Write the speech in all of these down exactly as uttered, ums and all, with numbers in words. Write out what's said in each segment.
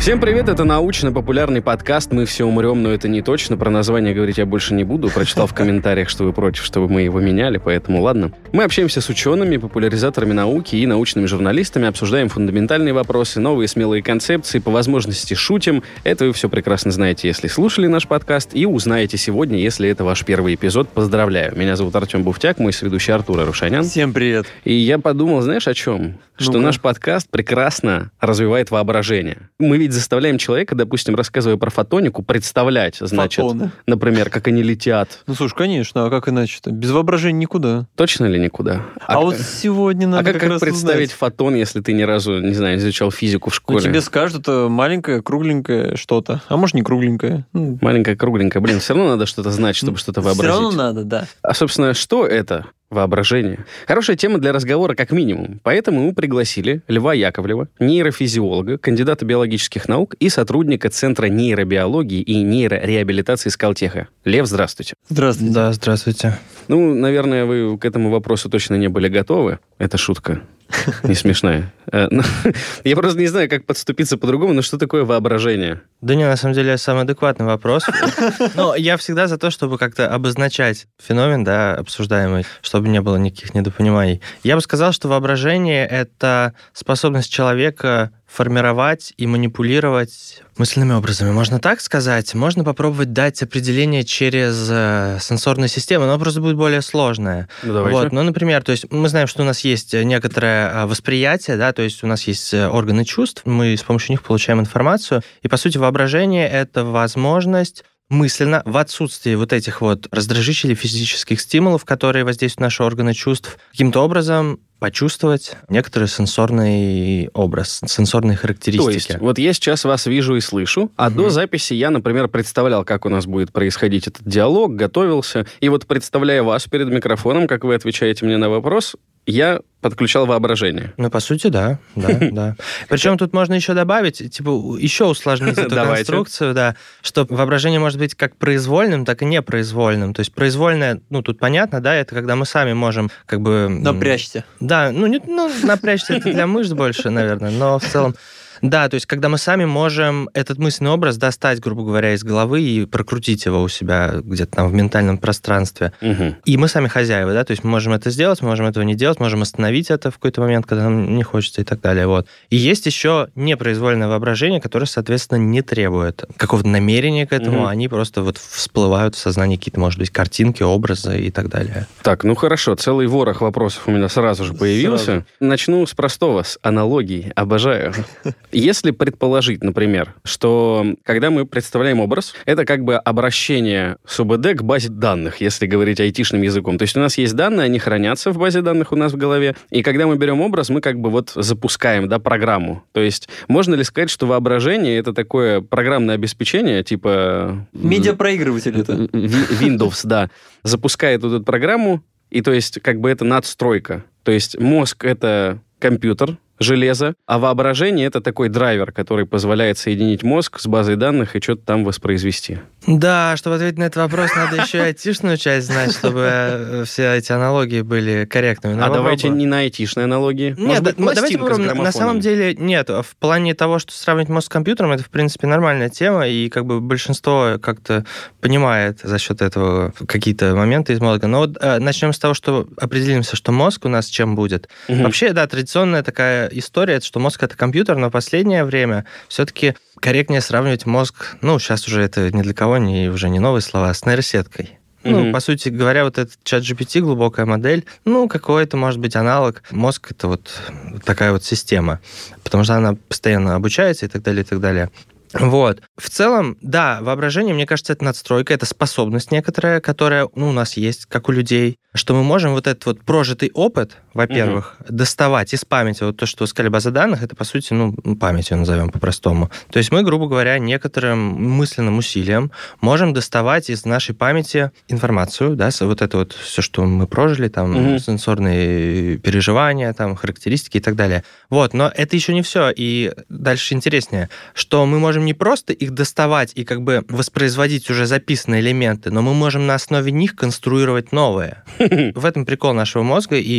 Всем привет, это научно-популярный подкаст «Мы все умрем, но это не точно». Про название говорить я больше не буду. Прочитал в комментариях, что вы против, чтобы мы его меняли, поэтому ладно. Мы общаемся с учеными, популяризаторами науки и научными журналистами, обсуждаем фундаментальные вопросы, новые смелые концепции, по возможности шутим. Это вы все прекрасно знаете, если слушали наш подкаст, и узнаете сегодня, если это ваш первый эпизод. Поздравляю. Меня зовут Артем Буфтяк, мой соведущий Артур Арушанян. Всем привет. И я подумал, знаешь, о чем? Что Ну-ка. наш подкаст прекрасно развивает воображение. Мы ведь заставляем человека, допустим, рассказывая про фотонику, представлять, значит, Фотоны. например, как они летят. Ну, слушай, конечно, а как иначе-то? Без воображения никуда. Точно ли никуда? А, а вот сегодня надо А как, как, как раз представить узнать. фотон, если ты ни разу, не знаю, изучал физику в Ну, школе? тебе скажут, это маленькое, кругленькое что-то. А может, не кругленькое. Ну, Маленькая, кругленькая. Блин, все равно надо что-то знать, чтобы что-то Все вообразить. равно надо, да. А, собственно, что это? Воображение. Хорошая тема для разговора как минимум. Поэтому мы пригласили Льва Яковлева, нейрофизиолога, кандидата биологических наук и сотрудника Центра нейробиологии и нейрореабилитации Скалтеха. Лев, здравствуйте. Здравствуйте. Да, здравствуйте. Ну, наверное, вы к этому вопросу точно не были готовы. Это шутка. Не смешная. Э, ну, Я просто не знаю, как подступиться по-другому, но что такое воображение? Да не, на самом деле, самый адекватный вопрос. Но я всегда за то, чтобы как-то обозначать феномен, да, обсуждаемый, чтобы не было никаких недопониманий. Я бы сказал, что воображение — это способность человека формировать и манипулировать мысленными образами. Можно так сказать. Можно попробовать дать определение через э, сенсорную систему, но оно просто будет более сложное. Ну, давайте. Вот, ну, например, то есть мы знаем, что у нас есть некоторое а, восприятие, да, то есть у нас есть э, органы чувств, мы с помощью них получаем информацию, и, по сути, воображение — это возможность мысленно, в отсутствии вот этих вот раздражителей физических стимулов, которые воздействуют на наши органы чувств, каким-то образом почувствовать некоторый сенсорный образ, сенсорные характеристики. То есть, вот я сейчас вас вижу и слышу, а Мгм. до записи я, например, представлял, как у нас будет происходить этот диалог, готовился, и вот представляя вас перед микрофоном, как вы отвечаете мне на вопрос, я подключал воображение. Ну, по сути, да, да, да. Причем тут можно еще добавить, типа, еще усложнить эту Давайте. конструкцию, да, что воображение может быть как произвольным, так и непроизвольным. То есть произвольное, ну, тут понятно, да, это когда мы сами можем как бы... м, Напрячься. Да, ну, не, ну напрячься это для мышц больше, наверное, но в целом... Да, то есть когда мы сами можем этот мысленный образ достать, грубо говоря, из головы и прокрутить его у себя где-то там в ментальном пространстве. Мгм. И мы сами хозяева, да, то есть мы можем это сделать, мы можем этого не делать, можем остановить это в какой-то момент, когда нам не хочется и так далее, вот. И есть еще непроизвольное воображение, которое, соответственно, не требует какого-то намерения к этому, Мгм. они просто вот всплывают в сознании какие-то, может быть, картинки, образы и так далее. Так, ну хорошо, целый ворох вопросов у меня сразу же появился. Сразу. Начну с простого, с аналогий. Обожаю. Если предположить, например, что когда мы представляем образ, это как бы обращение с ОБД к базе данных, если говорить айтишным языком. То есть у нас есть данные, они хранятся в базе данных у нас в голове, и когда мы берем образ, мы как бы вот запускаем, да, программу. То есть можно ли сказать, что воображение — это такое программное обеспечение, типа... Медиапроигрыватель это. Ви- Windows, да, запускает вот эту программу, и то есть как бы это надстройка. То есть мозг — это компьютер, железо, а воображение — это такой драйвер, который позволяет соединить мозг с базой данных и что-то там воспроизвести. Да, чтобы ответить на этот вопрос, надо еще и айтишную часть знать, чтобы все эти аналогии были корректными. Но а давайте попробуем. не на айтишные аналогии. Нет, Может быть, да, мы- давайте пластинка с попробуем. На- На граммофоном. самом деле нет. В плане того, что сравнивать мозг с компьютером, это, в принципе, нормальная тема, и как бы большинство как-то понимает за счет этого какие-то моменты из мозга. Но вот э, начнем с того, что определимся, что мозг у нас чем будет. Мгм. Вообще, да, традиционная такая история, это что мозг — это компьютер, но в последнее время все-таки корректнее сравнивать мозг, ну, сейчас уже это ни для кого не, уже не новые слова, с нейросеткой. Ну, Мгм. по сути говоря, вот этот чат джи пи ти, глубокая модель, ну, какой-то, может быть, аналог. Мозг — это вот такая вот система, потому что она постоянно обучается и так далее, и так далее. Вот. В целом, да, воображение, мне кажется, это надстройка, это способность некоторая, которая, ну, у нас есть, как у людей, что мы можем вот этот вот прожитый опыт, во-первых, угу. доставать из памяти. Вот то, что вы сказали, база данных, это, по сути, ну, памятью назовем по-простому. То есть мы, грубо говоря, некоторым мысленным усилием можем доставать из нашей памяти информацию, да, вот это вот все, что мы прожили, там, угу. сенсорные переживания, там, характеристики и так далее. Вот, но это еще не все. И дальше интереснее, что мы можем не просто их доставать и как бы воспроизводить уже записанные элементы, но мы можем на основе них конструировать новые. В этом прикол нашего мозга, и как бы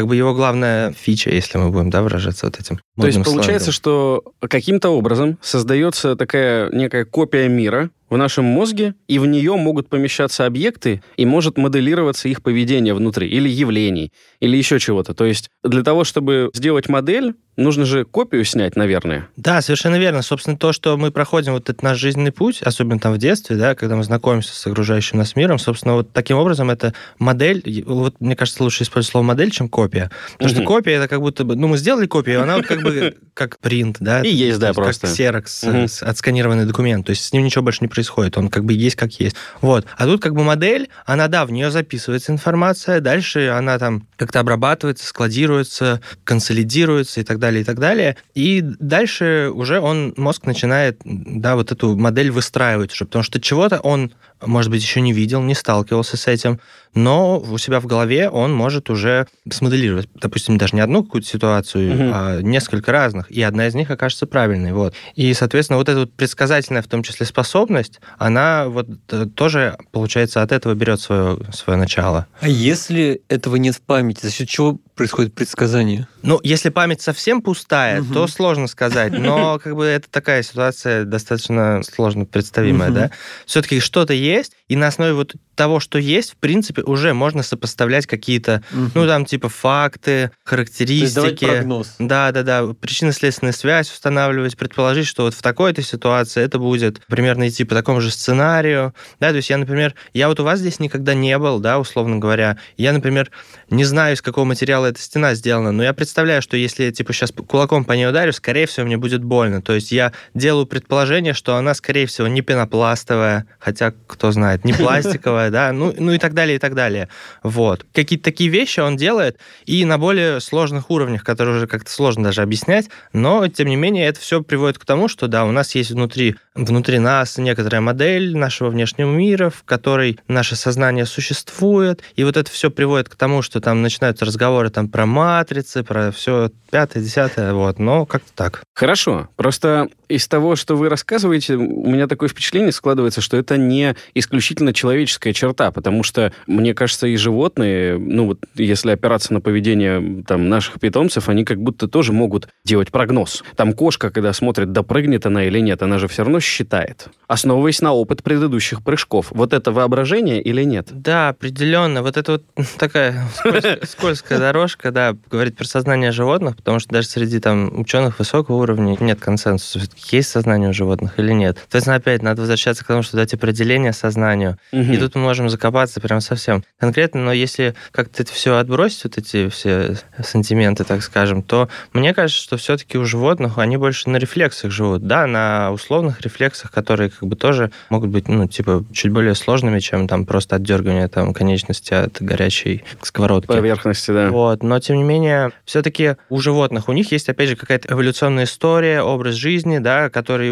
бы его главная фича, если мы будем, да, выражаться вот этим. То есть получается, сленгом. Что каким-то образом создается такая некая копия мира в нашем мозге, и в нее могут помещаться объекты, и может моделироваться их поведение внутри, или явлений, или еще чего-то. То есть для того, чтобы сделать модель, нужно же копию снять, наверное. Да, совершенно верно. Собственно, то, что мы проходим вот этот наш жизненный путь, особенно там в детстве, да, когда мы знакомимся с окружающим нас миром, собственно, вот таким образом это модель, вот мне кажется, лучше использовать слово модель, чем копия. Потому что копия, это как будто бы, ну, мы сделали копию, она вот как бы как принт, да. И есть, да, просто. Как ксерокс, отсканированный документ. То есть с ним ничего больше не происходит, он как бы есть как есть. Вот. А тут как бы модель, она, да, в нее записывается информация, дальше она там как-то обрабатывается, складируется, консолидируется и так далее, и так далее. И дальше уже он, мозг начинает, да, вот эту модель выстраивать уже, потому что чего-то он, может быть, еще не видел, не сталкивался с этим, но у себя в голове он может уже смоделировать, допустим, даже не одну какую-то ситуацию, mm-hmm. а несколько разных, и одна из них окажется правильной. Вот. И, соответственно, вот эта вот предсказательная, в том числе, способность, она вот тоже, получается, от этого берет свое, свое начало. А если этого нет в памяти, за счет чего происходит предсказание? Ну, если память совсем пустая, угу. то сложно сказать, но как бы это такая ситуация достаточно сложно представимая, угу. да. Все-таки что-то есть, и на основе вот того, что есть, в принципе, уже можно сопоставлять какие-то, угу. ну, там, типа, факты, характеристики. То есть давать прогноз. Да-да-да, причинно-следственную связь устанавливать, предположить, что вот в такой-то ситуации это будет примерно идти по такому же сценарию, да, то есть я, например, я вот у вас здесь никогда не был, да, условно говоря, я, например, не знаю, из какого материала эта стена сделана, но я представляю, что если я, типа, сейчас кулаком по ней ударю, скорее всего, мне будет больно, то есть я делаю предположение, что она, скорее всего, не пенопластовая, хотя, кто знает, не пластиковая, да, ну, ну и так далее, и так далее, вот. Какие-то такие вещи он делает, и на более сложных уровнях, которые уже как-то сложно даже объяснять, но, тем не менее, это все приводит к тому, что, да, у нас есть внутри, внутри нас некоторая модель нашего внешнего мира, в которой наше сознание существует, и вот это все приводит к тому, что там начинаются разговоры там про матрицы, про все пятое, десятое, вот, но как-то так. Хорошо, просто из того, что вы рассказываете, у меня такое впечатление складывается, что это не исключительно человеческая черта, потому что, мне кажется, и животные, ну вот, если опираться на поведение там наших питомцев, они как будто тоже могут делать прогноз. Там кошка, когда смотрит, допрыгнет она или нет, она же все равно считает, основываясь на опыт предыдущих прыжков. Вот это воображение или нет? Да, определенно. Вот это вот такая скользкая, скользкая дорожка, да, говорить про сознание животных, потому что даже среди там ученых высокого уровня нет консенсуса, есть сознание у животных или нет. То есть, опять, надо возвращаться к тому, что дать определение сознанию. Угу. И тут мы можем закопаться прям совсем конкретно, но если как-то это все отбросить, вот эти все сантименты, так скажем, то мне кажется, что все-таки у животных они больше на рефлексах живут, да, на условных рефлексах, которые как бы тоже могут быть, ну, типа, чуть более сложными, чем там просто отдергивание там конечности от горячей сковородки. Поверхности, да. Вот, но тем не менее, все-таки у животных, у них есть, опять же, какая-то эволюционная история, образ жизни, да, который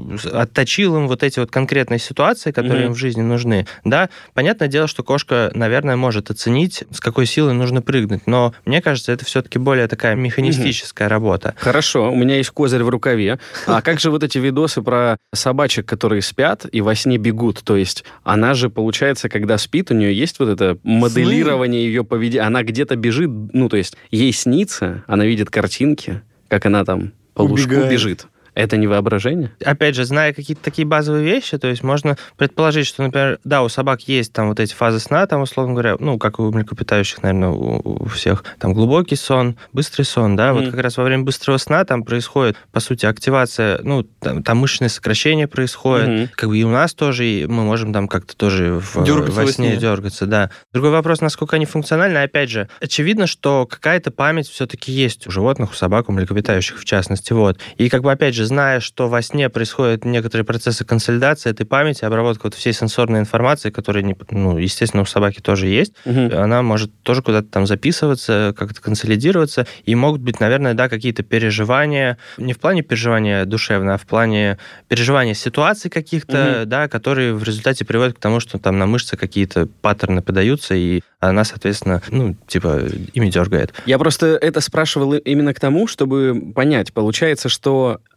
отточил им вот эти вот конкретные ситуации, которые mm-hmm. им в жизни нужны, да. Понятное дело, что кошка, наверное, может оценить, с какой силой нужно прыгнуть, но мне кажется, это все-таки более такая механистическая mm-hmm. работа. Хорошо, у меня есть козырь в рукаве. А как же вот эти видосы про собачек, которые спят и во сне бегут? То есть она же, получается, когда спит, у нее есть вот это моделирование ее поведения. Она где-то бежит, ну, то есть ей снится, она видит картинки, как она там по лужку бежит. Это не воображение? Опять же, зная какие-то такие базовые вещи, то есть можно предположить, что, например, да, у собак есть там вот эти фазы сна, там, условно говоря, ну, как у млекопитающих, наверное, у, у всех, там, глубокий сон, быстрый сон, да, mm-hmm. вот как раз во время быстрого сна там происходит, по сути, активация, ну, там, там мышечное сокращение происходит, mm-hmm. как бы и у нас тоже, и мы можем там как-то тоже в, во сне дергаться, да. Другой вопрос, насколько они функциональны, опять же, очевидно, что какая-то память все-таки есть у животных, у собак, у млекопитающих в частности, вот. И как бы, опять же, зная, что во сне происходят некоторые процессы консолидации этой памяти, обработка вот всей сенсорной информации, которая, ну, естественно, у собаки тоже есть, угу. она может тоже куда-то там записываться, как-то консолидироваться, и могут быть, наверное, да, какие-то переживания, не в плане переживания душевного, а в плане переживания ситуаций каких-то, угу. да, которые в результате приводят к тому, что там на мышцы какие-то паттерны подаются, и она, соответственно, ну, типа, ими дергает. Я просто это спрашивал именно к тому, чтобы понять. Получается, что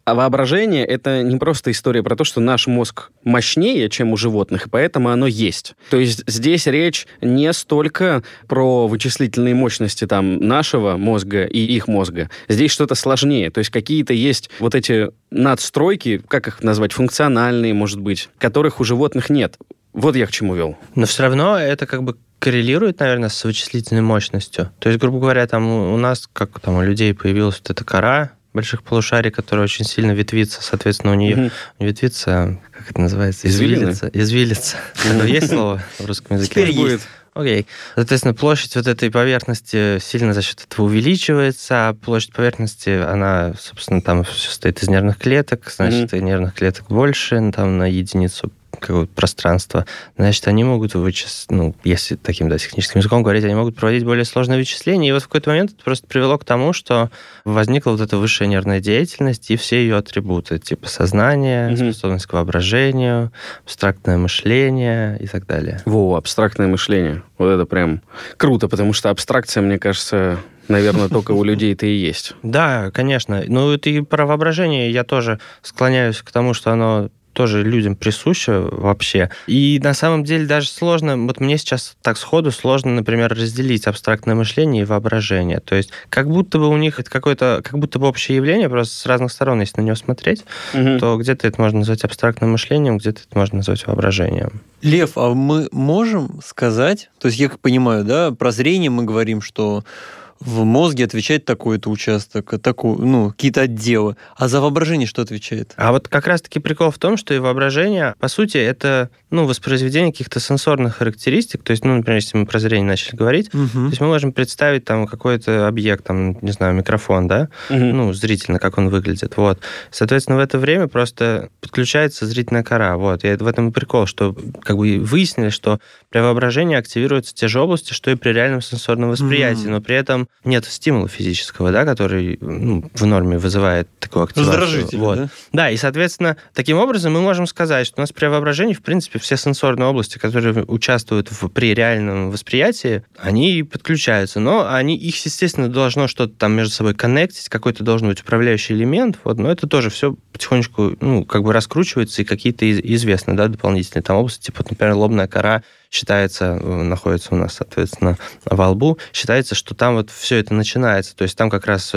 А воображение — это не просто история про то, что наш мозг мощнее, чем у животных, и поэтому оно есть. То есть здесь речь не столько про вычислительные мощности там нашего мозга и их мозга. Здесь что-то сложнее. То есть какие-то есть вот эти надстройки, как их назвать, функциональные, может быть, которых у животных нет. Вот я к чему вел. Но все равно это как бы коррелирует, наверное, с вычислительной мощностью. То есть, грубо говоря, там у нас, как там у людей появилась вот эта кора больших полушарий, которая очень сильно ветвится, соответственно, у нее mm-hmm. ветвится, как это называется? Извилица. Извилица. Mm-hmm. Есть слово в русском языке? Теперь будет. Окей. Соответственно, площадь вот этой поверхности сильно за счет этого увеличивается, а площадь поверхности, она, собственно, там все состоит из нервных клеток, значит, mm-hmm. нервных клеток больше, там на единицу какого-то пространства, значит, они могут вычислить, ну, если таким, да, техническим языком говорить, они могут проводить более сложные вычисления. И вот в какой-то момент это просто привело к тому, что возникла вот эта высшая нервная деятельность и все ее атрибуты, типа сознание, mm-hmm. способность к воображению, абстрактное мышление и так далее. Во, абстрактное мышление. Вот это прям круто, потому что абстракция, мне кажется, наверное, только у людей-то и есть. Да, конечно. Ну, это и про воображение я тоже склоняюсь к тому, что оно тоже людям присуще вообще. И на самом деле даже сложно, вот мне сейчас так сходу сложно, например, разделить абстрактное мышление и воображение. То есть как будто бы у них это какое-то, как будто бы общее явление, просто с разных сторон, если на него смотреть, угу. то где-то это можно назвать абстрактным мышлением, где-то это можно назвать воображением. Лев, а мы можем сказать, то есть я как понимаю, да, про зрение мы говорим, что в мозге отвечает такой-то участок, такой, ну, какие-то отделы. А за воображение что отвечает? А вот как раз-таки прикол в том, что и воображение, по сути, это, ну, воспроизведение каких-то сенсорных характеристик. То есть, ну, например, если мы про зрение начали говорить, угу. то есть мы можем представить там какой-то объект, там, не знаю, микрофон, да, угу. ну, зрительно, как он выглядит, вот. Соответственно, в это время просто подключается зрительная кора, вот. И в этом и прикол, что как бы выяснили, что при воображении активируются те же области, что и при реальном сенсорном восприятии, угу. но при этом нет стимула физического, да, который, ну, в норме вызывает такую активацию. Раздражитель, вот. да? Да, и, соответственно, таким образом мы можем сказать, что у нас при воображении, в принципе, все сенсорные области, которые участвуют в, при реальном восприятии, они подключаются, но они, их, естественно, должно что-то там между собой коннектить, какой-то должен быть управляющий элемент, вот, но это тоже все потихонечку, ну, как бы раскручивается, и какие-то известны, да, дополнительные там области, типа, например, лобная кора считается, находится у нас, соответственно, во лбу, считается, что там вот все это начинается, то есть там как раз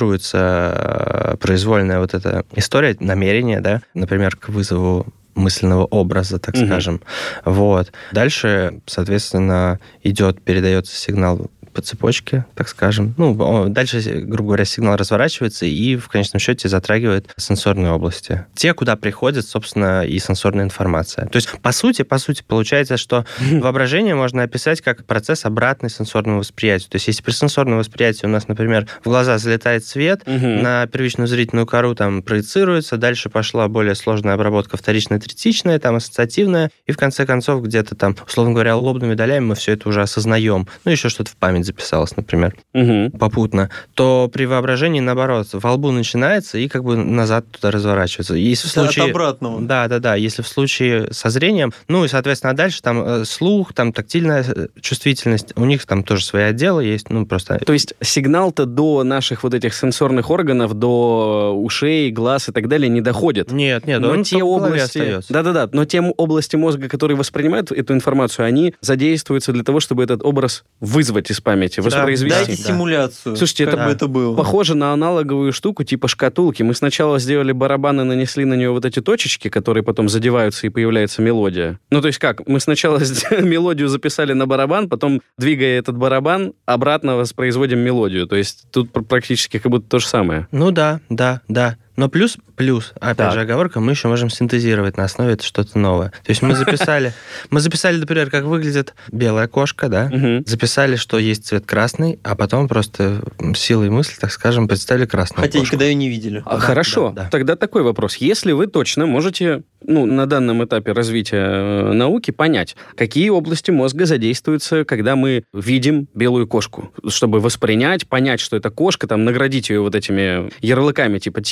формируется произвольная вот эта история, намерение, да, например, к вызову мысленного образа, так mm-hmm. скажем. Вот. Дальше, соответственно, идет, передается сигнал по цепочке, так скажем. Ну, дальше, грубо говоря, сигнал разворачивается и в конечном счете затрагивает сенсорные области. Те, куда приходит, собственно, и сенсорная информация. То есть, по сути, по сути, получается, что воображение можно описать как процесс обратный сенсорному восприятию. То есть, если при сенсорном восприятии у нас, например, в глаза залетает свет, uh-huh. на первичную зрительную кору там проецируется, дальше пошла более сложная обработка вторичная, третичная, там ассоциативная, и в конце концов где-то там, условно говоря, лобными долями мы все это уже осознаем. Ну, еще что-то в память записалось, например, угу. попутно, то при воображении, наоборот, во лбу начинается и как бы назад туда разворачивается. Если в случае... От обратного. Да, да, да. Если в случае со зрением, ну и, соответственно, дальше там слух, там тактильная чувствительность, у них там тоже свои отделы есть, ну просто... То есть сигнал-то до наших вот этих сенсорных органов, до ушей, глаз и так далее не доходит? Нет, нет, но он те области... Да-да-да, но те области мозга, которые воспринимают эту информацию, они задействуются для того, чтобы этот образ вызвать из памяти. Воспроизвести. Да, дайте симуляцию. Слушайте, как это, бы это было. Похоже на аналоговую штуку типа шкатулки. Мы сначала сделали барабан и нанесли на нее вот эти точечки, которые потом задеваются и появляется мелодия. Ну, то есть как? Мы сначала мелодию записали на барабан, потом, двигая этот барабан, обратно воспроизводим мелодию. То есть тут практически как будто то же самое. Ну да, да, да. Но плюс, плюс, опять так. же, оговорка, мы еще можем синтезировать на основе это что-то новое. То есть мы записали, мы записали, например, как выглядит белая кошка, да, угу. записали, что есть цвет красный, а потом просто силой мысли, так скажем, представили красную Хотя кошку. никогда ее не видели. А, да, хорошо, да, да. Тогда такой вопрос. Если вы точно можете, ну, на данном этапе развития науки понять, какие области мозга задействуются, когда мы видим белую кошку, чтобы воспринять, понять, что это кошка, там, наградить ее вот этими ярлыками, типа тип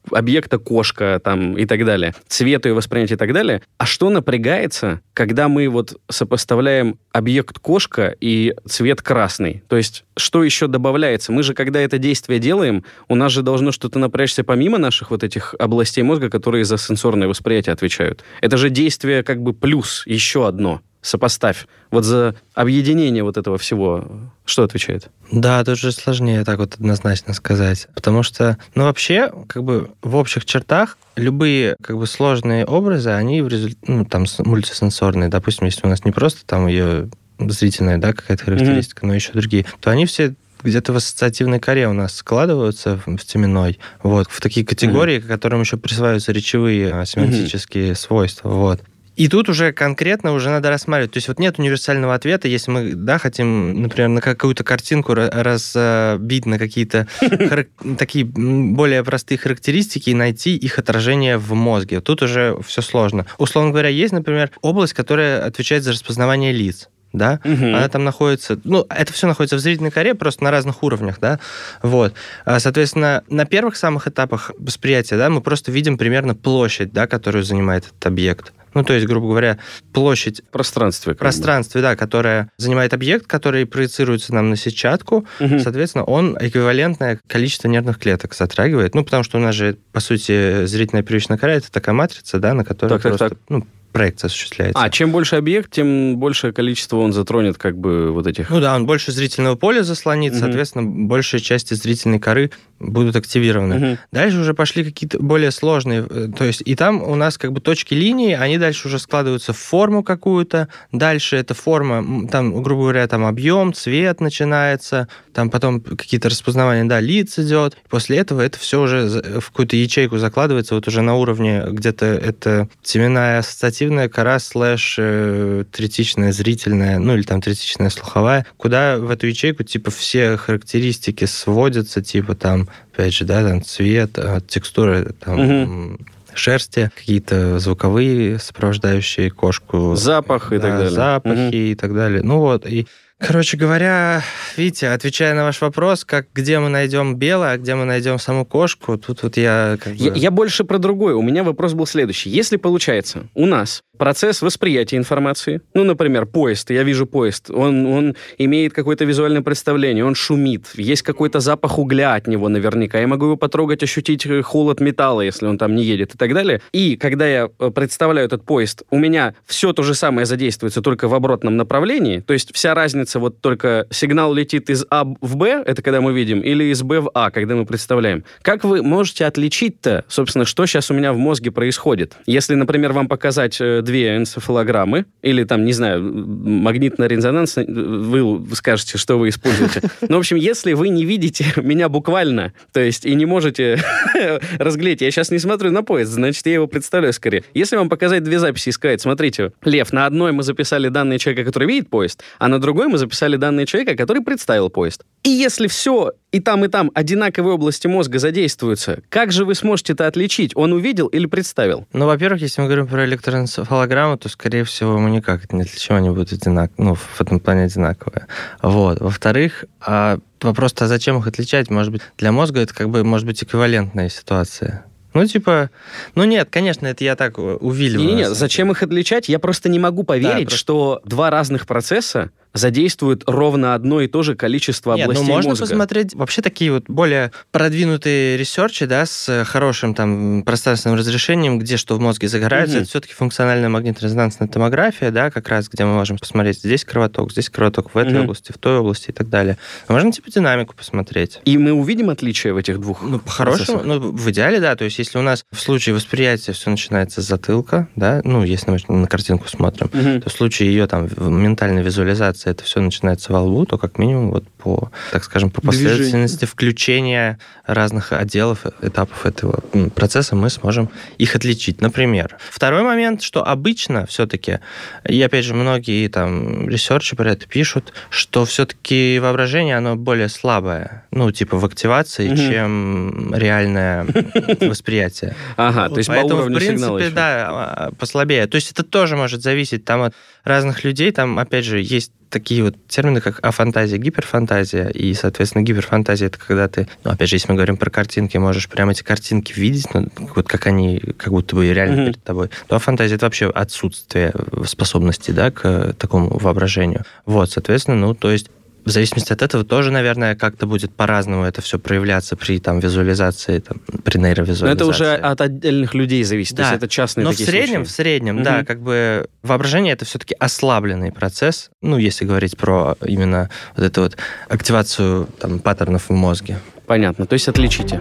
объекта кошка там, и так далее, цвет ее восприятия и так далее. А что напрягается, когда мы вот сопоставляем объект кошка и цвет красный? То есть что еще добавляется? Мы же, когда это действие делаем, у нас же должно что-то напрячься помимо наших вот этих областей мозга, которые за сенсорное восприятие отвечают. Это же действие как бы плюс еще одно. Сопоставь. Вот за объединение вот этого всего что отвечает? Да, тут же сложнее так вот однозначно сказать. Потому что, ну, вообще, как бы в общих чертах любые как бы сложные образы, они в результате, ну, там, мультисенсорные, допустим, если у нас не просто там ее зрительная, да, какая-то характеристика, mm-hmm. но еще другие, то они все где-то в ассоциативной коре у нас складываются в теменной, вот, в такие категории, mm-hmm. которым еще присваиваются речевые семантические mm-hmm. свойства, вот. И тут уже конкретно уже надо рассматривать. То есть вот нет универсального ответа, если мы, да, хотим, например, на какую-то картинку разбить на какие-то такие более простые характеристики и найти их отражение в мозге. Тут уже все сложно. Условно говоря, есть, например, область, которая отвечает за распознавание лиц. Да, угу. Она там находится, ну, это все находится в зрительной коре, просто на разных уровнях, да, вот. Соответственно, на первых самых этапах восприятия, да, мы просто видим примерно площадь, да, которую занимает этот объект. Ну, то есть, грубо говоря, площадь... Пространстве. В пространстве, да, которое занимает объект, который проецируется нам на сетчатку. Угу. Соответственно, он эквивалентное количество нервных клеток затрагивает. Ну, потому что у нас же, по сути, зрительная первичная кора — это такая матрица, да, на которой так, просто... Так, так. Ну, проекция осуществляется. А, чем больше объект, тем большее количество он затронет как бы вот этих... Ну да, он больше зрительного поля заслонит, угу. соответственно, большая часть зрительной коры будут активированы. Угу. Дальше уже пошли какие-то более сложные, то есть и там у нас как бы точки линии, они дальше уже складываются в форму какую-то, дальше эта форма, там, грубо говоря, там объем, цвет начинается, там потом какие-то распознавания, да, лиц идет, после этого это все уже в какую-то ячейку закладывается, вот уже на уровне где-то это теменная ассоциативная кора слэш э, третичная зрительная, ну или там третичная слуховая, куда в эту ячейку типа все характеристики сводятся, типа там опять же, да, там цвет, текстура, там, угу. шерсти, какие-то звуковые сопровождающие кошку. Запах да, и так далее. Запахи угу. и так далее. Ну вот, и короче говоря, видите, отвечая на ваш вопрос, как где мы найдем белое, а где мы найдем саму кошку, тут вот я... Как бы... я... Я больше про другое. У меня вопрос был следующий. Если получается, у нас процесс восприятия информации, ну, например, поезд, я вижу поезд, он, он имеет какое-то визуальное представление, он шумит, есть какой-то запах угля от него наверняка, я могу его потрогать, ощутить холод металла, если он там не едет и так далее. И когда я представляю этот поезд, у меня все то же самое задействуется только в обратном направлении, то есть вся разница, вот только сигнал летит из А в Б, это когда мы видим, или из Б в А, когда мы представляем. Как вы можете отличить-то, собственно, что сейчас у меня в мозге происходит? Если, например, вам показать две энцефалограммы, или там, не знаю, магнитно-резонансно, вы скажете, что вы используете. Ну, в общем, если вы не видите меня буквально, то есть и не можете разглядеть, я сейчас не смотрю на поезд, значит, я его представляю скорее. Если вам показать две записи и сказать, смотрите, Лев, на одной мы записали данные человека, который видит поезд, а на другой мы записали данные человека, который представил поезд. И если все и там, и там одинаковые области мозга задействуются, как же вы сможете это отличить? Он увидел или представил? Ну, во-первых, если мы говорим про электроэнцефалограмму, то, скорее всего, мы никак не отличим, они будут одинаковые, ну, в этом плане одинаковые. Вот. Во-вторых, а вопрос-то, а зачем их отличать? Может быть, для мозга это как бы, может быть, эквивалентная ситуация. Ну, типа... Ну, нет, конечно, это я так увиливаю. Не-не-не, зачем их отличать? Я просто не могу поверить, да, просто... что два разных процесса задействуют ровно одно и то же количество Нет, областей ну, можно мозга. посмотреть вообще такие вот более продвинутые ресерчи, да, с хорошим там пространственным разрешением, где что в мозге загорается. Mm-hmm. Это все-таки функциональная магнитно-резонансная томография, да, как раз, где мы можем посмотреть, здесь кровоток, здесь кровоток в этой mm-hmm. области, в той области и так далее. Можно типа динамику посмотреть. И мы увидим отличия в этих двух Ну, по-хорошему, ну, в идеале, да, то есть если у нас в случае восприятия все начинается с затылка, да, ну, если мы на картинку смотрим, mm-hmm. то в случае ее там ментальной визуализации это все начинается во лбу, то как минимум вот по, так скажем, по последовательности Движение. включения разных отделов, этапов этого процесса мы сможем их отличить. Например. Второй момент, что обычно все-таки, и опять же многие там ресерчи про это пишут, что все-таки воображение, оно более слабое, ну, типа в активации, mm-hmm. чем реальное восприятие. Ага, то есть по уровню сигнала. В принципе, да, послабее. То есть это тоже может зависеть там от разных людей, там, опять же, есть такие вот термины, как афантазия, гиперфантазия. И, соответственно, гиперфантазия — это когда ты, ну, опять же, если мы говорим про картинки, можешь прямо эти картинки видеть, ну, вот как они, как будто бы реально mm-hmm. перед тобой. То афантазия — это вообще отсутствие способности, да, к такому воображению. Вот, соответственно, ну, то есть в зависимости от этого тоже, наверное, как-то будет по-разному это все проявляться при там, визуализации, там, при нейровизуализации. Но это уже от отдельных людей зависит, да. то есть это частные Но такие в среднем, случаи. в среднем, угу. да, как бы воображение — это все-таки ослабленный процесс, ну, если говорить про именно вот эту вот активацию там, паттернов в мозге. Понятно, то есть отличите.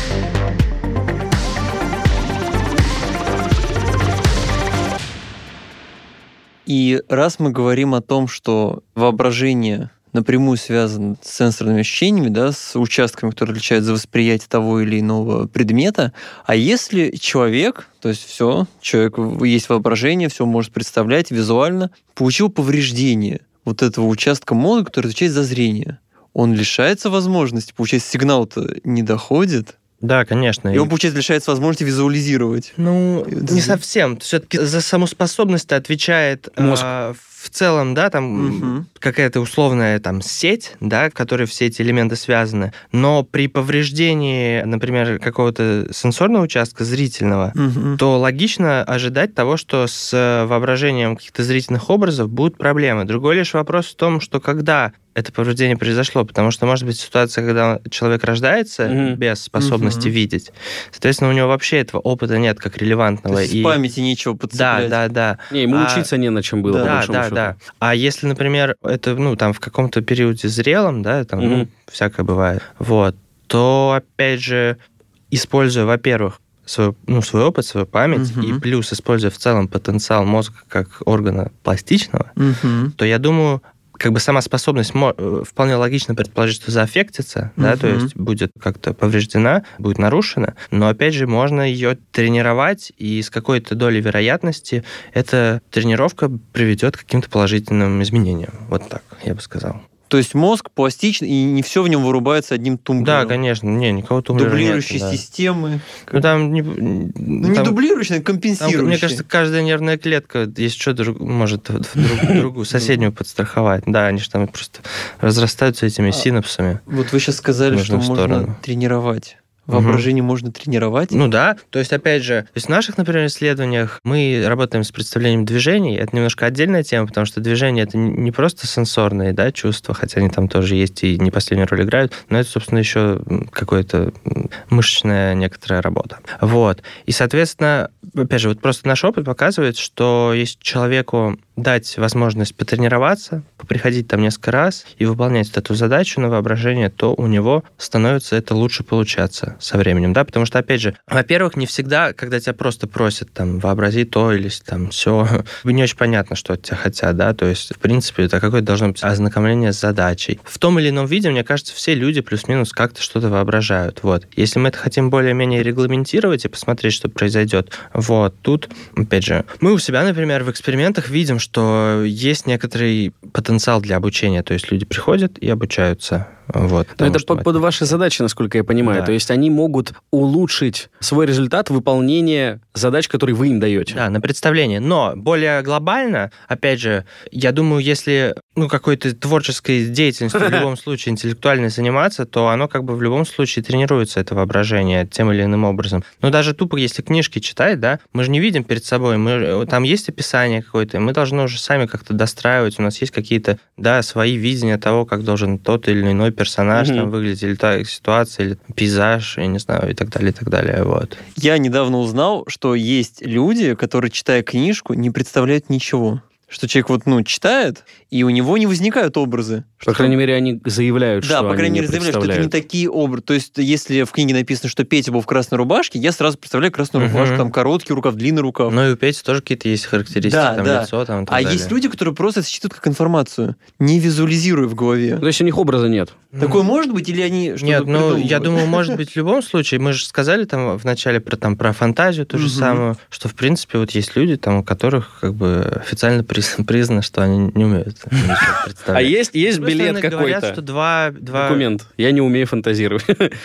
И раз мы говорим о том, что воображение напрямую связан с сенсорными ощущениями, да, с участками, которые отвечают за восприятие того или иного предмета, а если человек, то есть все, человек есть воображение, все может представлять визуально, получил повреждение вот этого участка мозга, который отвечает за зрение, он лишается возможности, получается, сигнал-то не доходит. Да, конечно. И он, получается, лишается возможности визуализировать. Ну, не совсем. Все-таки за саму способность отвечает мозг. Э, в целом, да, там угу. какая-то условная там сеть, да, в которой все эти элементы связаны. Но при повреждении, например, какого-то сенсорного участка зрительного, угу. то логично ожидать того, что с воображением каких-то зрительных образов будут проблемы. Другой лишь вопрос в том, что когда это повреждение произошло, потому что может быть ситуация, когда человек рождается mm-hmm. без способности mm-hmm. видеть. Соответственно, у него вообще этого опыта нет как релевантного. То есть и... в памяти нечего подцеплять. Да, да, да. Не, ему а... учиться не на чем было, да, по большому да, счету. Да. А если, например, это, ну, там, в каком-то периоде зрелом, да, там, mm-hmm. ну, всякое бывает, вот, то, опять же, используя, во-первых, свой, ну, свой опыт, свою память, mm-hmm. и плюс используя в целом потенциал мозга как органа пластичного, mm-hmm. то, я думаю, как бы сама способность вполне логично предположить, что зааффектится, uh-huh. да, то есть будет как-то повреждена, будет нарушена, но, опять же, можно ее тренировать, и с какой-то долей вероятности эта тренировка приведет к каким-то положительным изменениям. Вот так, я бы сказал. То есть мозг пластичный, и не все в нем вырубается одним тумблером. Да, конечно. Не, никакого тумблера Дублирующие нет, да. системы. Ну, там... Не, ну, там, не дублирующие, а компенсирующие. Там, мне кажется, каждая нервная клетка, если что, друг, может друг, другую, соседнюю подстраховать. Да, они же там просто разрастаются этими синапсами. Вот вы сейчас сказали, что можно тренировать. Воображение угу. можно тренировать? Ну да. То есть, опять же, то есть в наших, например, исследованиях мы работаем с представлением движений. Это немножко отдельная тема, потому что движение — это не просто сенсорные, да, чувства, хотя они там тоже есть и не последнюю роль играют, но это, собственно, еще какая-то мышечная некоторая работа. Вот. И, соответственно, опять же, вот просто наш опыт показывает, что если человеку дать возможность потренироваться, поприходить там несколько раз и выполнять вот эту задачу на воображение, то у него становится это лучше получаться со временем, да, потому что, опять же, во-первых, не всегда, когда тебя просто просят там вообрази то или там все, не очень понятно, что от тебя хотят, да, то есть, в принципе, это какое-то должно быть ознакомление с задачей. В том или ином виде, мне кажется, все люди плюс-минус как-то что-то воображают, вот. Если мы это хотим более-менее регламентировать и посмотреть, что произойдет, вот, тут, опять же, мы у себя, например, в экспериментах видим, что есть некоторый потенциал для обучения, то есть люди приходят и обучаются. Вот, Но это под, под ваши задачи, насколько я понимаю. Да. То есть они могут улучшить свой результат выполнения задач, которые вы им даете. Да, на представление. Но более глобально, опять же, я думаю, если ну, какой-то творческой деятельностью в любом случае интеллектуальной заниматься, то оно как бы в любом случае тренируется, это воображение, тем или иным образом. Но даже тупо, если книжки читать, да, мы же не видим перед собой, мы, там есть описание какое-то, мы должны уже сами как-то достраивать, у нас есть какие-то, да, свои видения того, как должен тот или иной персонаж mm-hmm. там выглядеть, или та ситуация, или пейзаж, я не знаю, и так далее, и так далее, вот. Я недавно узнал, что есть люди, которые, читая книжку, не представляют ничего. Что человек вот, ну, читает, и у него не возникают образы. По крайней мере, они заявляют, да, что по крайней мере, заявляют, что это не такие образы. То есть, если в книге написано, что Петя был в красной рубашке, я сразу представляю красную uh-huh. рубашку, там короткий рукав, длинный рукав. Ну и у Пети тоже какие-то есть характеристики, да, там да. лицо, там и так А далее. есть люди, которые просто это считают как информацию, не визуализируя в голове. То есть у них образа нет? Такое может быть, или они что-то Нет, ну, придумывают? я думаю, может быть, в любом случае. Мы же сказали там вначале про, там, про фантазию ту же uh-huh. самую, что, в принципе, вот есть люди, там, у которых как бы официально признано, что они не умеют ничего представлять. А есть, есть билет какой-то? Говорят, что два, два... Документ. Я не умею фантазировать.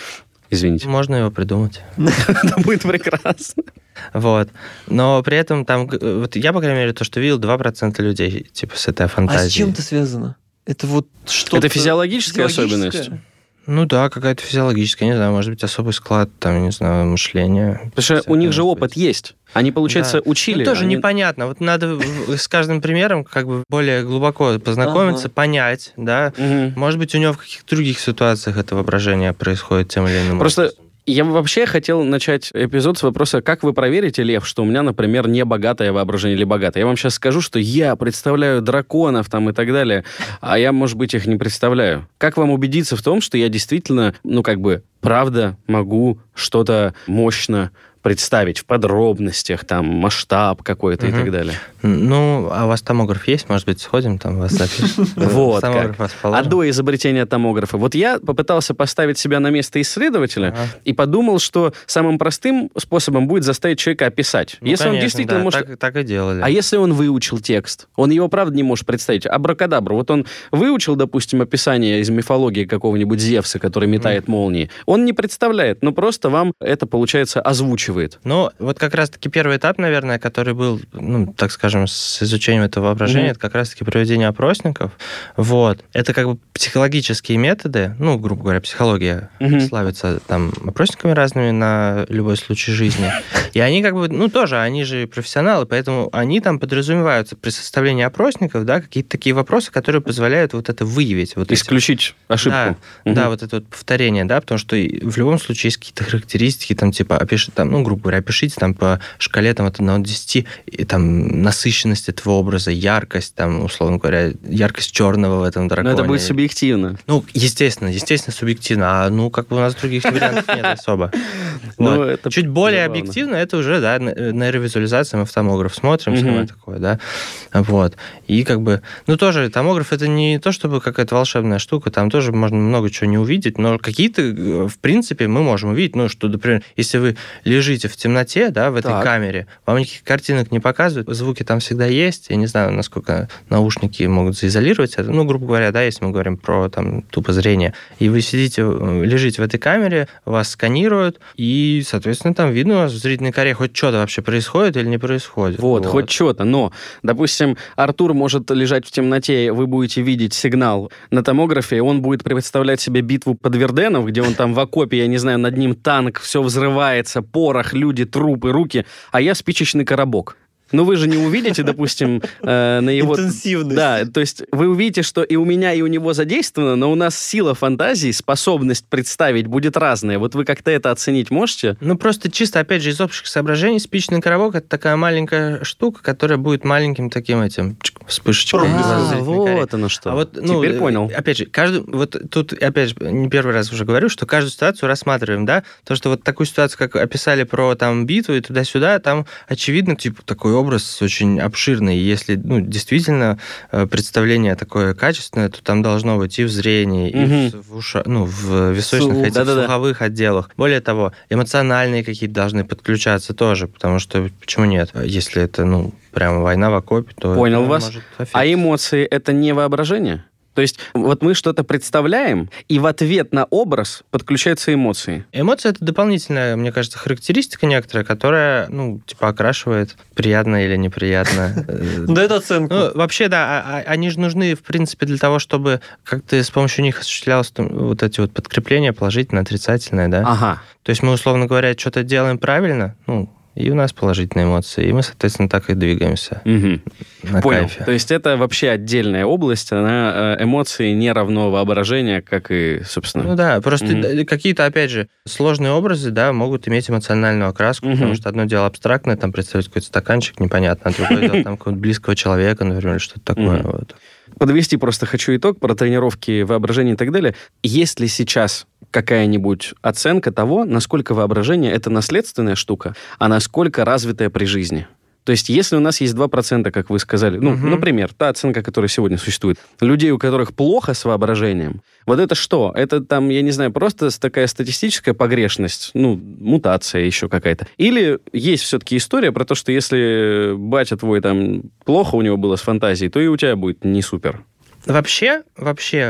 Извините. Можно его придумать. Это будет прекрасно. Вот. Но при этом там... Вот я, по крайней мере, то, что видел, два процента людей, типа, с этой фантазией. А с чем это связано? Это вот что-то... Это физиологическая особенность? Ну да, какая-то физиологическая, не знаю, может быть, особый склад, там, не знаю, мышления. Потому что у них же опыт есть. Они, получается, да. учили. Ну, тоже они... непонятно. Вот надо с каждым примером как бы более глубоко познакомиться, ага. понять, да. Угу. Может быть, у него в каких-то других ситуациях это воображение происходит тем или иным Просто... образом. Я вообще хотел начать эпизод с вопроса, как вы проверите, Лев, что у меня, например, не богатое воображение или богатое. Я вам сейчас скажу, что я представляю драконов там и так далее, а я, может быть, их не представляю. Как вам убедиться в том, что я действительно, ну, как бы, правда могу что-то мощно представить в подробностях, там, масштаб какой-то угу. и так далее. Ну, а у вас томограф есть? Может быть, сходим, там вас запишем? Вот как. А до изобретения томографа. Вот я попытался поставить себя на место исследователя и подумал, что самым простым способом будет заставить человека описать. Если он действительно может... Так и делали. А если он выучил текст? Он его, правда, не может представить. Абракадабра. Вот он выучил, допустим, описание из мифологии какого-нибудь Зевса, который метает молнии. Он не представляет, но просто вам это, получается, озвучивает. Ну, вот как раз-таки первый этап, наверное, который был, ну, так скажем, с изучением этого воображения, mm-hmm. это как раз-таки проведение опросников. Вот. Это как бы психологические методы, ну, грубо говоря, психология mm-hmm. славится там опросниками разными на любой случай жизни. И они как бы, ну, тоже, они же профессионалы, поэтому они там подразумеваются при составлении опросников, да, какие-то такие вопросы, которые позволяют вот это выявить. Вот исключить эти... ошибку. Да, mm-hmm. да, вот это вот повторение, да, потому что в любом случае есть какие-то характеристики, там, типа, опиши, там, ну, грубо говоря, опишите там по шкале там, от одного до десяти и, там, насыщенность этого образа, яркость, там, условно говоря, яркость черного в этом драконе. Но это будет субъективно. Ну, естественно, естественно, субъективно. А ну, как бы у нас других вариантов нет особо. Вот. Это чуть более забавно. Объективно, это уже, да, нейровизуализация, мы в томограф смотрим, самое такое, да. Вот. И как бы, ну, тоже томограф это не то, чтобы какая-то волшебная штука, там тоже можно много чего не увидеть, но какие-то, в принципе, мы можем увидеть, ну, что, например, если вы лежите в темноте, да, в этой так. камере, вам никаких картинок не показывают, звуки там всегда есть, я не знаю, насколько наушники могут заизолировать это, ну, грубо говоря, да, если мы говорим про там тупо зрение, и вы сидите, лежите в этой камере, вас сканируют, и, соответственно, там видно у вас в зрительной коре хоть что-то вообще происходит или не происходит. Вот, вот. хоть что-то, но, допустим, Артур может лежать в темноте, вы будете видеть сигнал на томографе, он будет представлять себе битву под Верденом, где он там в окопе, я не знаю, над ним танк, все взрывается, порох, люди, трупы, руки, а я спичечный коробок. Но вы же не увидите, допустим, э, на его... Интенсивность. Да, то есть вы увидите, что и у меня, и у него задействовано, но у нас сила фантазии, способность представить будет разная. Вот вы как-то это оценить можете? Ну, просто чисто, опять же, из общих соображений, спичечный коробок — это такая маленькая штука, которая будет маленьким таким этим вспышечкой. А, вот оно что. А вот, ну, теперь понял. Опять же, каждый... Вот тут, опять же, не первый раз уже говорю, что каждую ситуацию рассматриваем, да? То, что вот такую ситуацию, как описали про там битву и туда-сюда, там, очевидно, типа, такой образ очень обширный. Если ну, действительно представление такое качественное, то там должно быть и в зрении, угу. и в, уша... ну, в височных Слух, этих да-да-да. слуховых отделах. Более того, эмоциональные какие-то должны подключаться тоже, потому что почему нет? Если это ну, прямо война в окопе, то... Понял вас. А эмоции — это не воображение? То есть вот мы что-то представляем, и в ответ на образ подключаются эмоции. Эмоции — это дополнительная, мне кажется, характеристика некоторая, которая, ну, типа окрашивает приятно или неприятно. Да, это оценка. Вообще, да, они же нужны, в принципе, для того, чтобы как-то с помощью них осуществлялось вот эти вот подкрепления положительное, отрицательное, да? Ага. То есть мы, условно говоря, что-то делаем правильно, ну, и у нас положительные эмоции, и мы, соответственно, так и двигаемся. Угу. На Понял. Кайфе. То есть это вообще отдельная область, она эмоции не равно воображение, как и, собственно... Ну да, просто угу. какие-то, опять же, сложные образы, да, могут иметь эмоциональную окраску, угу. потому что одно дело абстрактное, там представить какой-то стаканчик, непонятно, а другое дело там какого-то близкого человека, например, или что-то такое. Угу. Вот. Подвести просто хочу итог про тренировки воображения и так далее. Есть ли сейчас какая-нибудь оценка того, насколько воображение — это наследственная штука, а насколько развитая при жизни? То есть, если у нас есть два процента, как вы сказали, ну, угу. например, та оценка, которая сегодня существует, людей, у которых плохо с воображением, вот это что? Это там, я не знаю, просто такая статистическая погрешность, ну, мутация еще какая-то. Или есть все-таки история про то, что если батя твой там плохо у него было с фантазией, то и у тебя будет не супер. Вообще, вообще,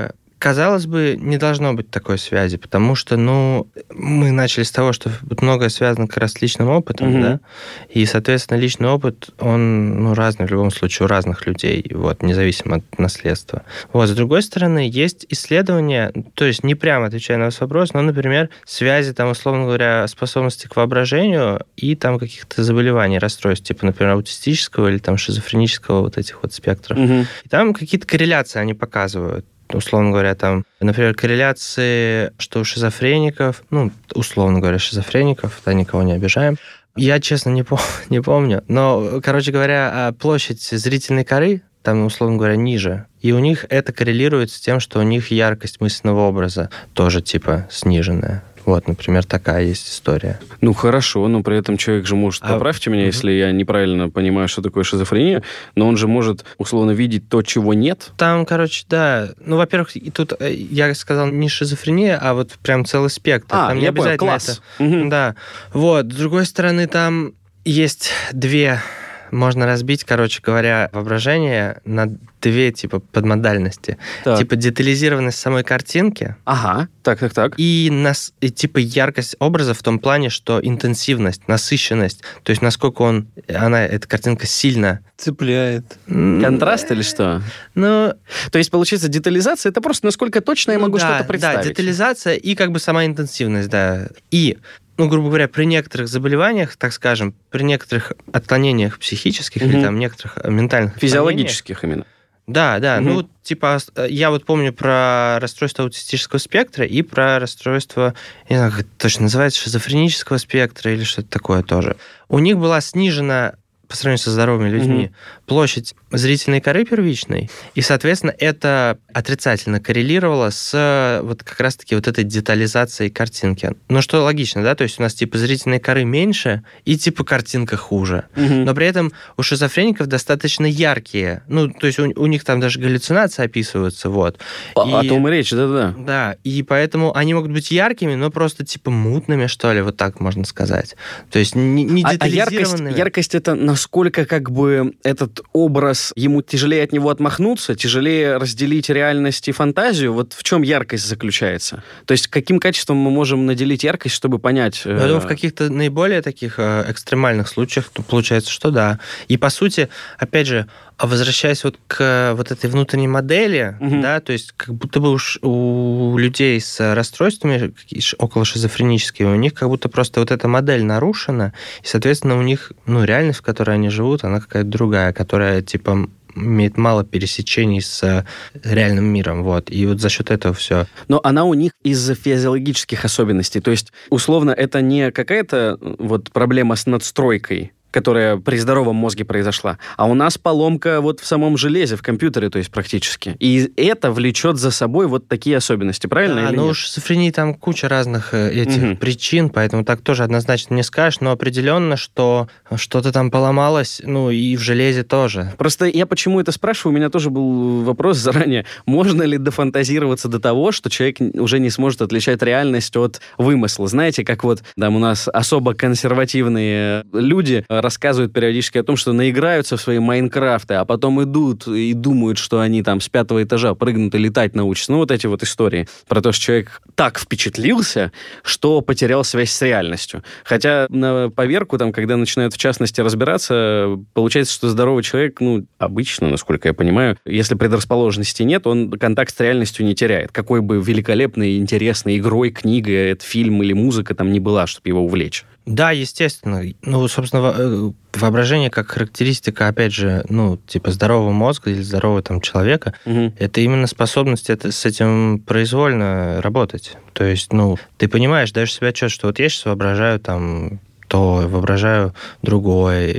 казалось бы, не должно быть такой связи, потому что, ну, мы начали с того, что многое связано как раз с личным опытом, mm-hmm. да, и, соответственно, личный опыт, он, ну, разный в любом случае у разных людей, вот, независимо от наследства. Вот, с другой стороны, есть исследования, то есть не прямо отвечая на ваш вопрос, но, например, связи, там, условно говоря, способности к воображению и там каких-то заболеваний, расстройств, типа, например, аутистического или там шизофренического вот этих вот спектров. Mm-hmm. И там какие-то корреляции они показывают. Условно говоря, там, например, корреляции, что у шизофреников, ну, условно говоря, шизофреников, да, никого не обижаем. Я, честно, не, пом- не помню. Но, короче говоря, площадь зрительной коры, там, условно говоря, ниже. И у них это коррелирует с тем, что у них яркость мысленного образа тоже, типа, сниженная. Вот, например, такая есть история. Ну, хорошо, но при этом человек же может... А... Поправьте меня, mm-hmm. если я неправильно понимаю, что такое шизофрения, но он же может, условно, видеть то, чего нет. Там, короче, да. Ну, во-первых, тут я сказал не шизофрения, а вот прям целый спектр. А, там не я обязательно понял, класс. Это... Mm-hmm. Да. Вот, с другой стороны, там есть две... Можно разбить, короче говоря, воображение на две типа подмодальности. Так. Типа детализированность самой картинки. Ага, так, так, так. И, нас, и типа яркость образа в том плане, что интенсивность, насыщенность, то есть насколько он, она, эта картинка сильно... Цепляет. Контраст или что? Ну... То есть, получается, детализация — это просто насколько точно я могу да, что-то представить. Да, детализация и как бы сама интенсивность, да. И... Ну, грубо говоря, при некоторых заболеваниях, так скажем, при некоторых отклонениях психических угу. или там некоторых ментальных физиологических именно. Да, да. Угу. Ну, типа, я вот помню про расстройство аутистического спектра и про расстройство, не знаю, как это точно называется, шизофренического спектра или что-то такое тоже. У них была снижена, по сравнению со здоровыми людьми, угу. площадь зрительной коры первичной, и, соответственно, это отрицательно коррелировало с вот как раз-таки вот этой детализацией картинки. Ну, что логично, да? То есть у нас, типа, зрительной коры меньше, и, типа, картинка хуже. Угу. Но при этом у шизофреников достаточно яркие. Ну, то есть у, у них там даже галлюцинации описываются, вот. О, и, о том и речь, да-да. Да, и поэтому они могут быть яркими, но просто, типа, мутными, что ли, вот так можно сказать. То есть не, не детализированными. А, а яркость, яркость — это насколько, как бы, этот образ, ему тяжелее от него отмахнуться, тяжелее разделить реальность и фантазию. Вот в чем яркость заключается? То есть каким качеством мы можем наделить яркость, чтобы понять... Я думаю, в каких-то наиболее таких экстремальных случаях то получается, что да. И, по сути, опять же, возвращаясь вот к вот этой внутренней модели, угу. да, то есть как будто бы уж у людей с расстройствами около шизофреническими, у них как будто просто вот эта модель нарушена, и, соответственно, у них, ну, реальность, в которой они живут, она какая-то другая, которая, типа, имеет мало пересечений с реальным миром, вот, и вот за счет этого все. Но она у них из-за физиологических особенностей, то есть, условно, это не какая-то вот проблема с надстройкой, которая при здоровом мозге произошла. А у нас поломка вот в самом железе, в компьютере, то есть практически. И это влечет за собой вот такие особенности, правильно? Да, или ну нет? у шизофрении там куча разных этих угу. причин, поэтому так тоже однозначно не скажешь, но определенно, что что-то там поломалось, ну и в железе тоже. Просто я почему это спрашиваю, у меня тоже был вопрос заранее. Можно ли дофантазироваться до того, что человек уже не сможет отличать реальность от вымысла? Знаете, как вот там у нас особо консервативные люди рассказывают периодически о том, что наиграются в свои Майнкрафты, а потом идут и думают, что они там с пятого этажа прыгнут и летать научатся. Ну, вот эти вот истории про то, что человек так впечатлился, что потерял связь с реальностью. Хотя на поверку, там, когда начинают в частности разбираться, получается, что здоровый человек, ну, обычно, насколько я понимаю, если предрасположенности нет, он контакт с реальностью не теряет. Какой бы великолепной, интересной игрой, книгой, это фильм или музыка там не была, чтобы его увлечь. Да, естественно. Ну, собственно, воображение как характеристика, опять же, ну, типа здорового мозга или здорового там человека, угу. это именно способность это, с этим произвольно работать. То есть, ну, ты понимаешь, даешь себе отчет, что вот я сейчас воображаю там то, воображаю другое,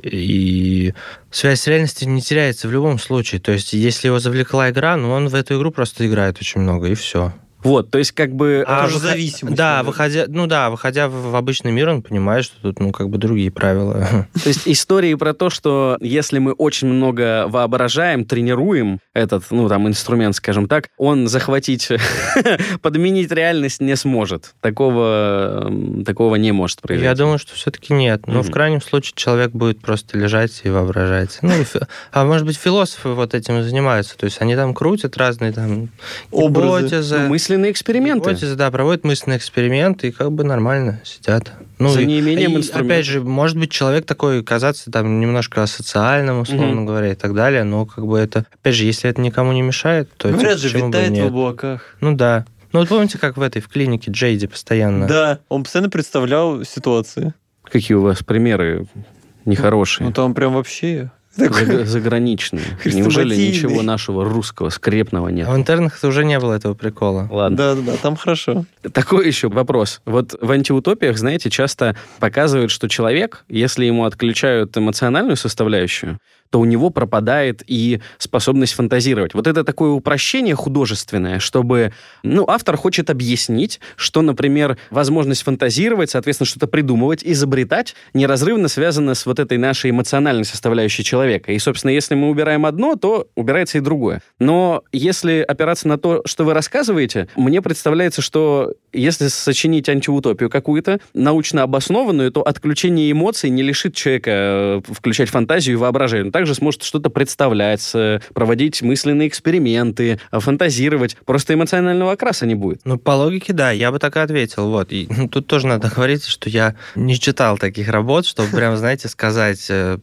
и связь с реальностью не теряется в любом случае. То есть, если его завлекла игра, ну, он в эту игру просто играет очень много, и все. Вот, то есть как бы... А, выход... зависимость. Да, наверное. выходя, ну да, выходя в, в обычный мир, он понимает, что тут, ну, как бы другие правила. То есть истории про то, что если мы очень много воображаем, тренируем этот, ну, там, инструмент, скажем так, он захватить, подменить реальность не сможет. Такого, такого не может произойти. Я думаю, что все-таки нет. Ну, mm-hmm. в крайнем случае, человек будет просто лежать и воображать. Ну, а может быть, философы вот этим и занимаются. То есть они там крутят разные там гипотезы. Ну, мысленные эксперименты. Гипотезы, да, проводят мысленные эксперименты и как бы нормально сидят. Ну, за и, неимением и, инструментов. Опять же, может быть, человек такой казаться там немножко асоциальным, условно mm-hmm. говоря, и так далее, но как бы это, опять же, если это никому не мешает, то... Говорят же, витает в облаках. Ну да. Ну вот помните, как в этой, в клинике Джейди постоянно... Да, он постоянно представлял ситуации. Какие у вас примеры нехорошие? Ну там прям вообще... Такой... Заграничные. Неужели ничего нашего русского, скрепного нет? А в интернах уже не было этого прикола. Ладно. Да-да-да, там хорошо. Такой еще вопрос. Вот в антиутопиях, знаете, часто показывают, что человек, если ему отключают эмоциональную составляющую, то у него пропадает и способность фантазировать. Вот это такое упрощение художественное, чтобы... Ну, автор хочет объяснить, что, например, возможность фантазировать, соответственно, что-то придумывать, изобретать, неразрывно связана с вот этой нашей эмоциональной составляющей человека. И, собственно, если мы убираем одно, то убирается и другое. Но если опираться на то, что вы рассказываете, мне представляется, что если сочинить антиутопию какую-то, научно обоснованную, то отключение эмоций не лишит человека включать фантазию и воображение. Также сможет что-то представлять, проводить мысленные эксперименты, фантазировать. Просто эмоционального окраса не будет. Ну, по логике, да, я бы так и ответил. Вот. И тут тоже надо говорить, что я не читал таких работ, чтобы прям, знаете, сказать...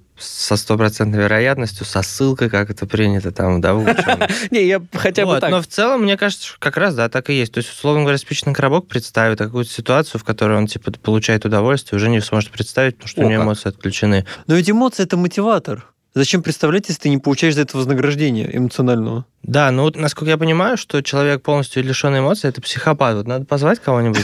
со стопроцентной вероятностью, со ссылкой, как это принято там, да, в ученом. Не, я хотя бы так. Но в целом, мне кажется, что как раз, да, так и есть. То есть, условно говоря, спичечный коробок представит какую-то ситуацию, в которой он, типа, получает удовольствие, уже не сможет представить, потому что у него эмоции отключены. Но ведь эмоции — это мотиватор. Зачем представлять, если ты не получаешь за это вознаграждения эмоционального? Да, ну вот, насколько я понимаю, что человек полностью лишенный эмоций — это психопат. Вот надо позвать кого-нибудь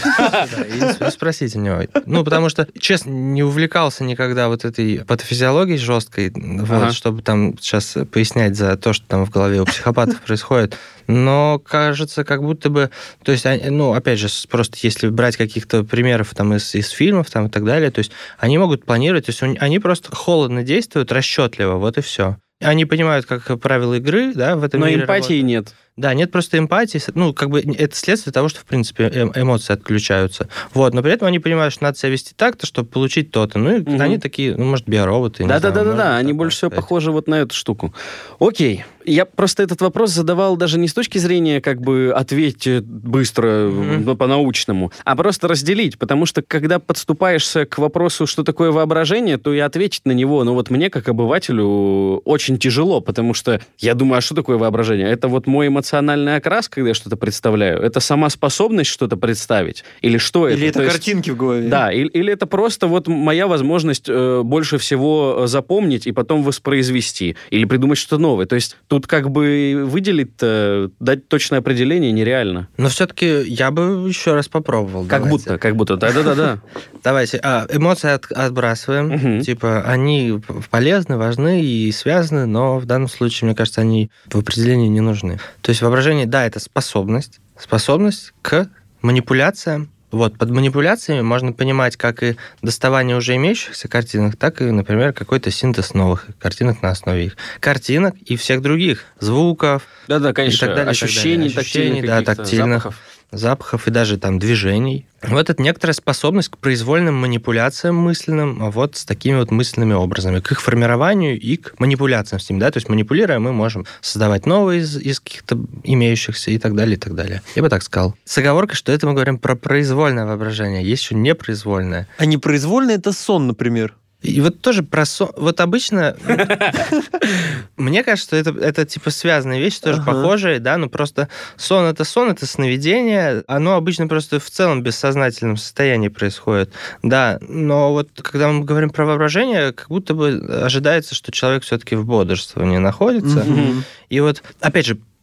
и спросить у него. Ну, потому что, честно, не увлекался никогда вот этой патофизиологией жесткой, вот, чтобы там сейчас пояснять за то, что там в голове у психопатов происходит. Но кажется, как будто бы... То есть, ну, опять же, просто если брать каких-то примеров там из, из фильмов там, и так далее, то есть они могут планировать, то есть они просто холодно действуют, расчетливо, вот и все. Они понимают, как правила игры, да, в этом Но мире эмпатии работают. нет. Да, нет просто эмпатии. Ну, как бы это следствие того, что, в принципе, эмоции отключаются. Вот, но при этом они понимают, что надо себя вести так-то, чтобы получить то-то. Ну, и угу. они такие, ну, может, биороботы. Да-да-да-да, они больше всего похожи вот на эту штуку. Окей. Я просто этот вопрос задавал даже не с точки зрения, как бы, ответьте быстро, mm-hmm. по-научному, а просто разделить, потому что, когда подступаешься к вопросу, что такое воображение, то и ответить на него, ну, вот мне, как обывателю, очень тяжело, потому что я думаю, а что такое воображение? Это вот мой эмоциональный окрас, когда я что-то представляю? Это сама способность что-то представить? Или что это? Или это то картинки есть, в голове? Да, или, или это просто вот моя возможность э, больше всего запомнить и потом воспроизвести, или придумать что-то новое. То есть тут как бы выделить, дать точное определение нереально. Но все-таки я бы еще раз попробовал. Как давайте. будто, как будто. Да-да-да. Давайте. А, эмоции от, отбрасываем. Угу. Типа, они полезны, важны и связаны, но в данном случае, мне кажется, они в определении не нужны. То есть воображение, да, это способность. Способность к манипуляциям. Вот, под манипуляциями можно понимать как и доставание уже имеющихся картинок, так и, например, какой-то синтез новых картинок на основе их картинок и всех других звуков. Да-да, конечно, и так далее, ощущений, и так далее. ощущений да, тактильных, запахов. запахов и даже там движений. Вот это некоторая способность к произвольным манипуляциям мысленным, вот с такими вот мысленными образами, к их формированию и к манипуляциям с ними, да, то есть манипулируя, мы можем создавать новые из, из каких-то имеющихся и так далее, и так далее. Я бы так сказал. С оговоркой, что это мы говорим про произвольное воображение, есть еще непроизвольное. А непроизвольное — это сон, например. И вот тоже про сон... Вот обычно... Мне кажется, что это, это типа связанные вещи, тоже ага. похожие, да, но просто сон — это сон, это сновидение, оно обычно просто в целом бессознательном состоянии происходит, да, но вот когда мы говорим про воображение, как будто бы ожидается, что человек все-таки в бодрствовании находится, mm-hmm. и вот, опять же,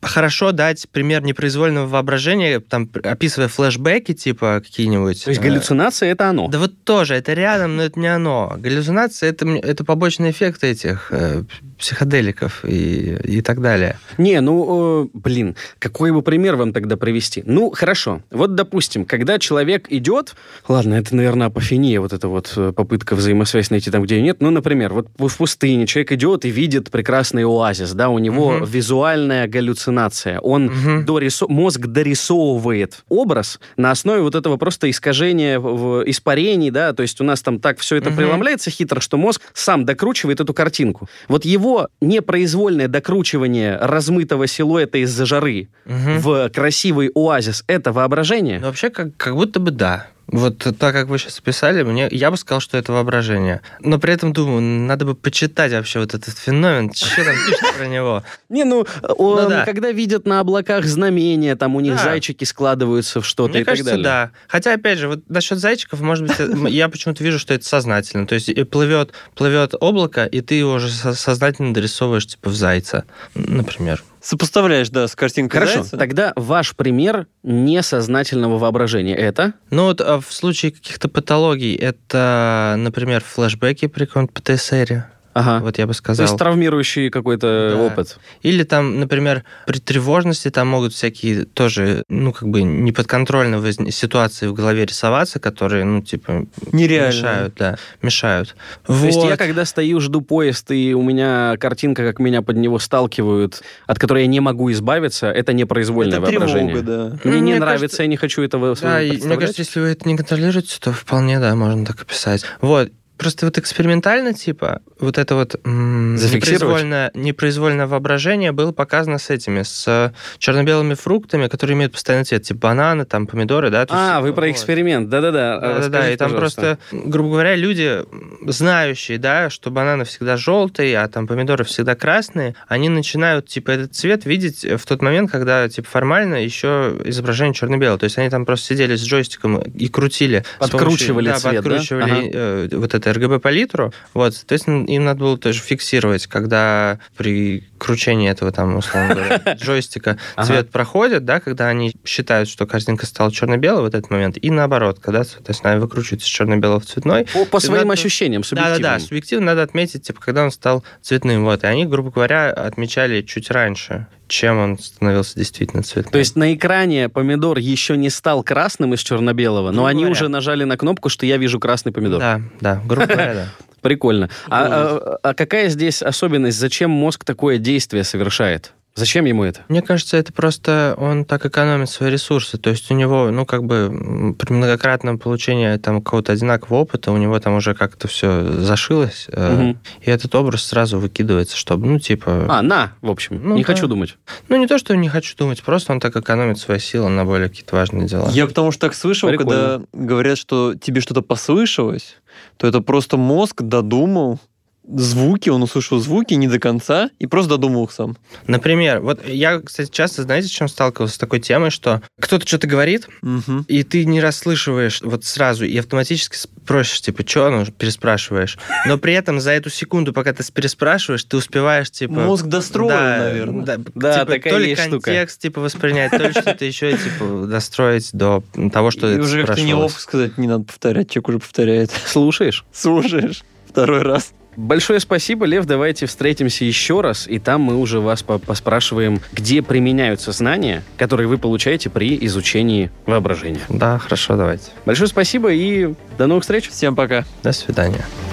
хорошо дать пример непроизвольного воображения, там, описывая флешбеки, типа, какие-нибудь. То есть галлюцинация — это оно? Да вот тоже, это рядом, но это не оно. Галлюцинация — это, это побочный эффект этих э, психоделиков и, и так далее. Не, ну, э, блин, какой бы пример вам тогда привести? Ну, хорошо. Вот, допустим, когда человек идет... Ладно, это, наверное, апофения, вот эта вот попытка взаимосвязь найти там, где ее нет. Ну, например, вот в пустыне человек идет и видит прекрасный оазис, да, у него угу. визуальная галлюцинация. Он угу. дорисо... Мозг дорисовывает образ на основе вот этого просто искажения в испарений, да, то есть у нас там так все это угу. преломляется хитро, что мозг сам докручивает эту картинку. Вот его непроизвольное докручивание размытого силуэта из-за жары угу. в красивый оазис — это воображение? Ну, вообще, как, как будто бы да. Вот так, как вы сейчас описали, мне, я бы сказал, что это воображение. Но при этом думаю, надо бы почитать вообще вот этот феномен, что там пишут про него. Не, ну, он, ну да. когда видят на облаках знамения, там у них да. зайчики складываются в что-то мне и кажется, так далее. да. Хотя, опять же, вот насчет зайчиков, может быть, я почему-то вижу, что это сознательно. То есть плывет, плывет облако, и ты его уже сознательно дорисовываешь, типа, в зайца, например. Сопоставляешь, да, с картинкой Хорошо, зайца. Тогда ваш пример несознательного воображения — это? Ну вот в случае каких-то патологий это, например, флешбеки при каком-то ПТСРе. Ага. Вот я бы сказал. То есть травмирующий какой-то да. опыт. Или там, например, при тревожности там могут всякие тоже, ну, как бы неподконтрольные возни- ситуации в голове рисоваться, которые, ну, типа... Нереально. Мешают, да, мешают. То вот. есть я, когда стою, жду поезд, и у меня картинка, как меня под него сталкивают, от которой я не могу избавиться, это непроизвольное это воображение. Тревога, да. Мне, мне мне нравится, кажется, я не хочу этого да, представлять. мне кажется, если вы это не контролируете, то вполне, да, можно так описать. Вот. Просто вот экспериментально, типа, вот это вот м- непроизвольное, непроизвольное воображение было показано с этими, с черно-белыми фруктами, которые имеют постоянный цвет, типа бананы, там, помидоры, да? А, есть, вы про вот. эксперимент, да-да-да. Да-да-да, и там пожалуйста. просто, грубо говоря, люди, знающие, да, что бананы всегда желтые, а там помидоры всегда красные, они начинают, типа, этот цвет видеть в тот момент, когда, типа, формально еще изображение черно-белое. То есть они там просто сидели с джойстиком и крутили. Подкручивали помощью, цвет, да? Подкручивали да? Ага. э, вот это эр гэ бэ-палитру. Вот, соответственно, им надо было тоже фиксировать, когда при кручении этого, там, условно говоря, джойстика цвет проходит, да, когда они считают, что картинка стала черно-белой в этот момент, и наоборот, когда, соответственно, они выкручиваются с черно-белого в цветной. По, по своим надо... ощущениям, субъективным. Да-да-да, субъективно надо отметить, типа, когда он стал цветным. Вот, и они, грубо говоря, отмечали чуть раньше, чем он становился действительно цветным. То есть на экране помидор еще не стал красным из черно-белого, но грубо они говоря. уже нажали на кнопку, что я вижу красный помидор. Да, да, грубо говоря, да. Прикольно. А, а, а какая здесь особенность? Зачем мозг такое действие совершает? Зачем ему это? Мне кажется, это просто он так экономит свои ресурсы. То есть у него, ну, как бы при многократном получении там какого-то одинакового опыта у него там уже как-то все зашилось, угу. э, и этот образ сразу выкидывается, чтобы, ну, типа... А, на, в общем, ну, не да. хочу думать. Ну, не то, что не хочу думать, просто он так экономит свои силы на более какие-то важные дела. Я потому что так слышал, Прикольно. когда говорят, что тебе что-то послышалось, то это просто мозг додумал звуки, он услышал звуки не до конца и просто додумал их сам. Например, вот я, кстати, часто, знаете, с чем сталкивался с такой темой, что кто-то что-то говорит, угу. и ты не расслышиваешь вот сразу, и автоматически спросишь, типа, что, ну, переспрашиваешь. Но при этом за эту секунду, пока ты переспрашиваешь, ты успеваешь, типа... Мозг достроен, да, наверное. Да, да типа, такая то ли есть контекст, штука. типа, воспринять, то ли что-то еще, типа, достроить до того, что и это уже как-то неловко сказать, не надо повторять, человек уже повторяет. Слушаешь? Слушаешь. Второй раз. Большое спасибо, Лев. Давайте встретимся еще раз, и там мы уже вас поспрашиваем, где применяются знания, которые вы получаете при изучении воображения. Да, хорошо, давайте. Большое спасибо и до новых встреч. Всем пока. До свидания.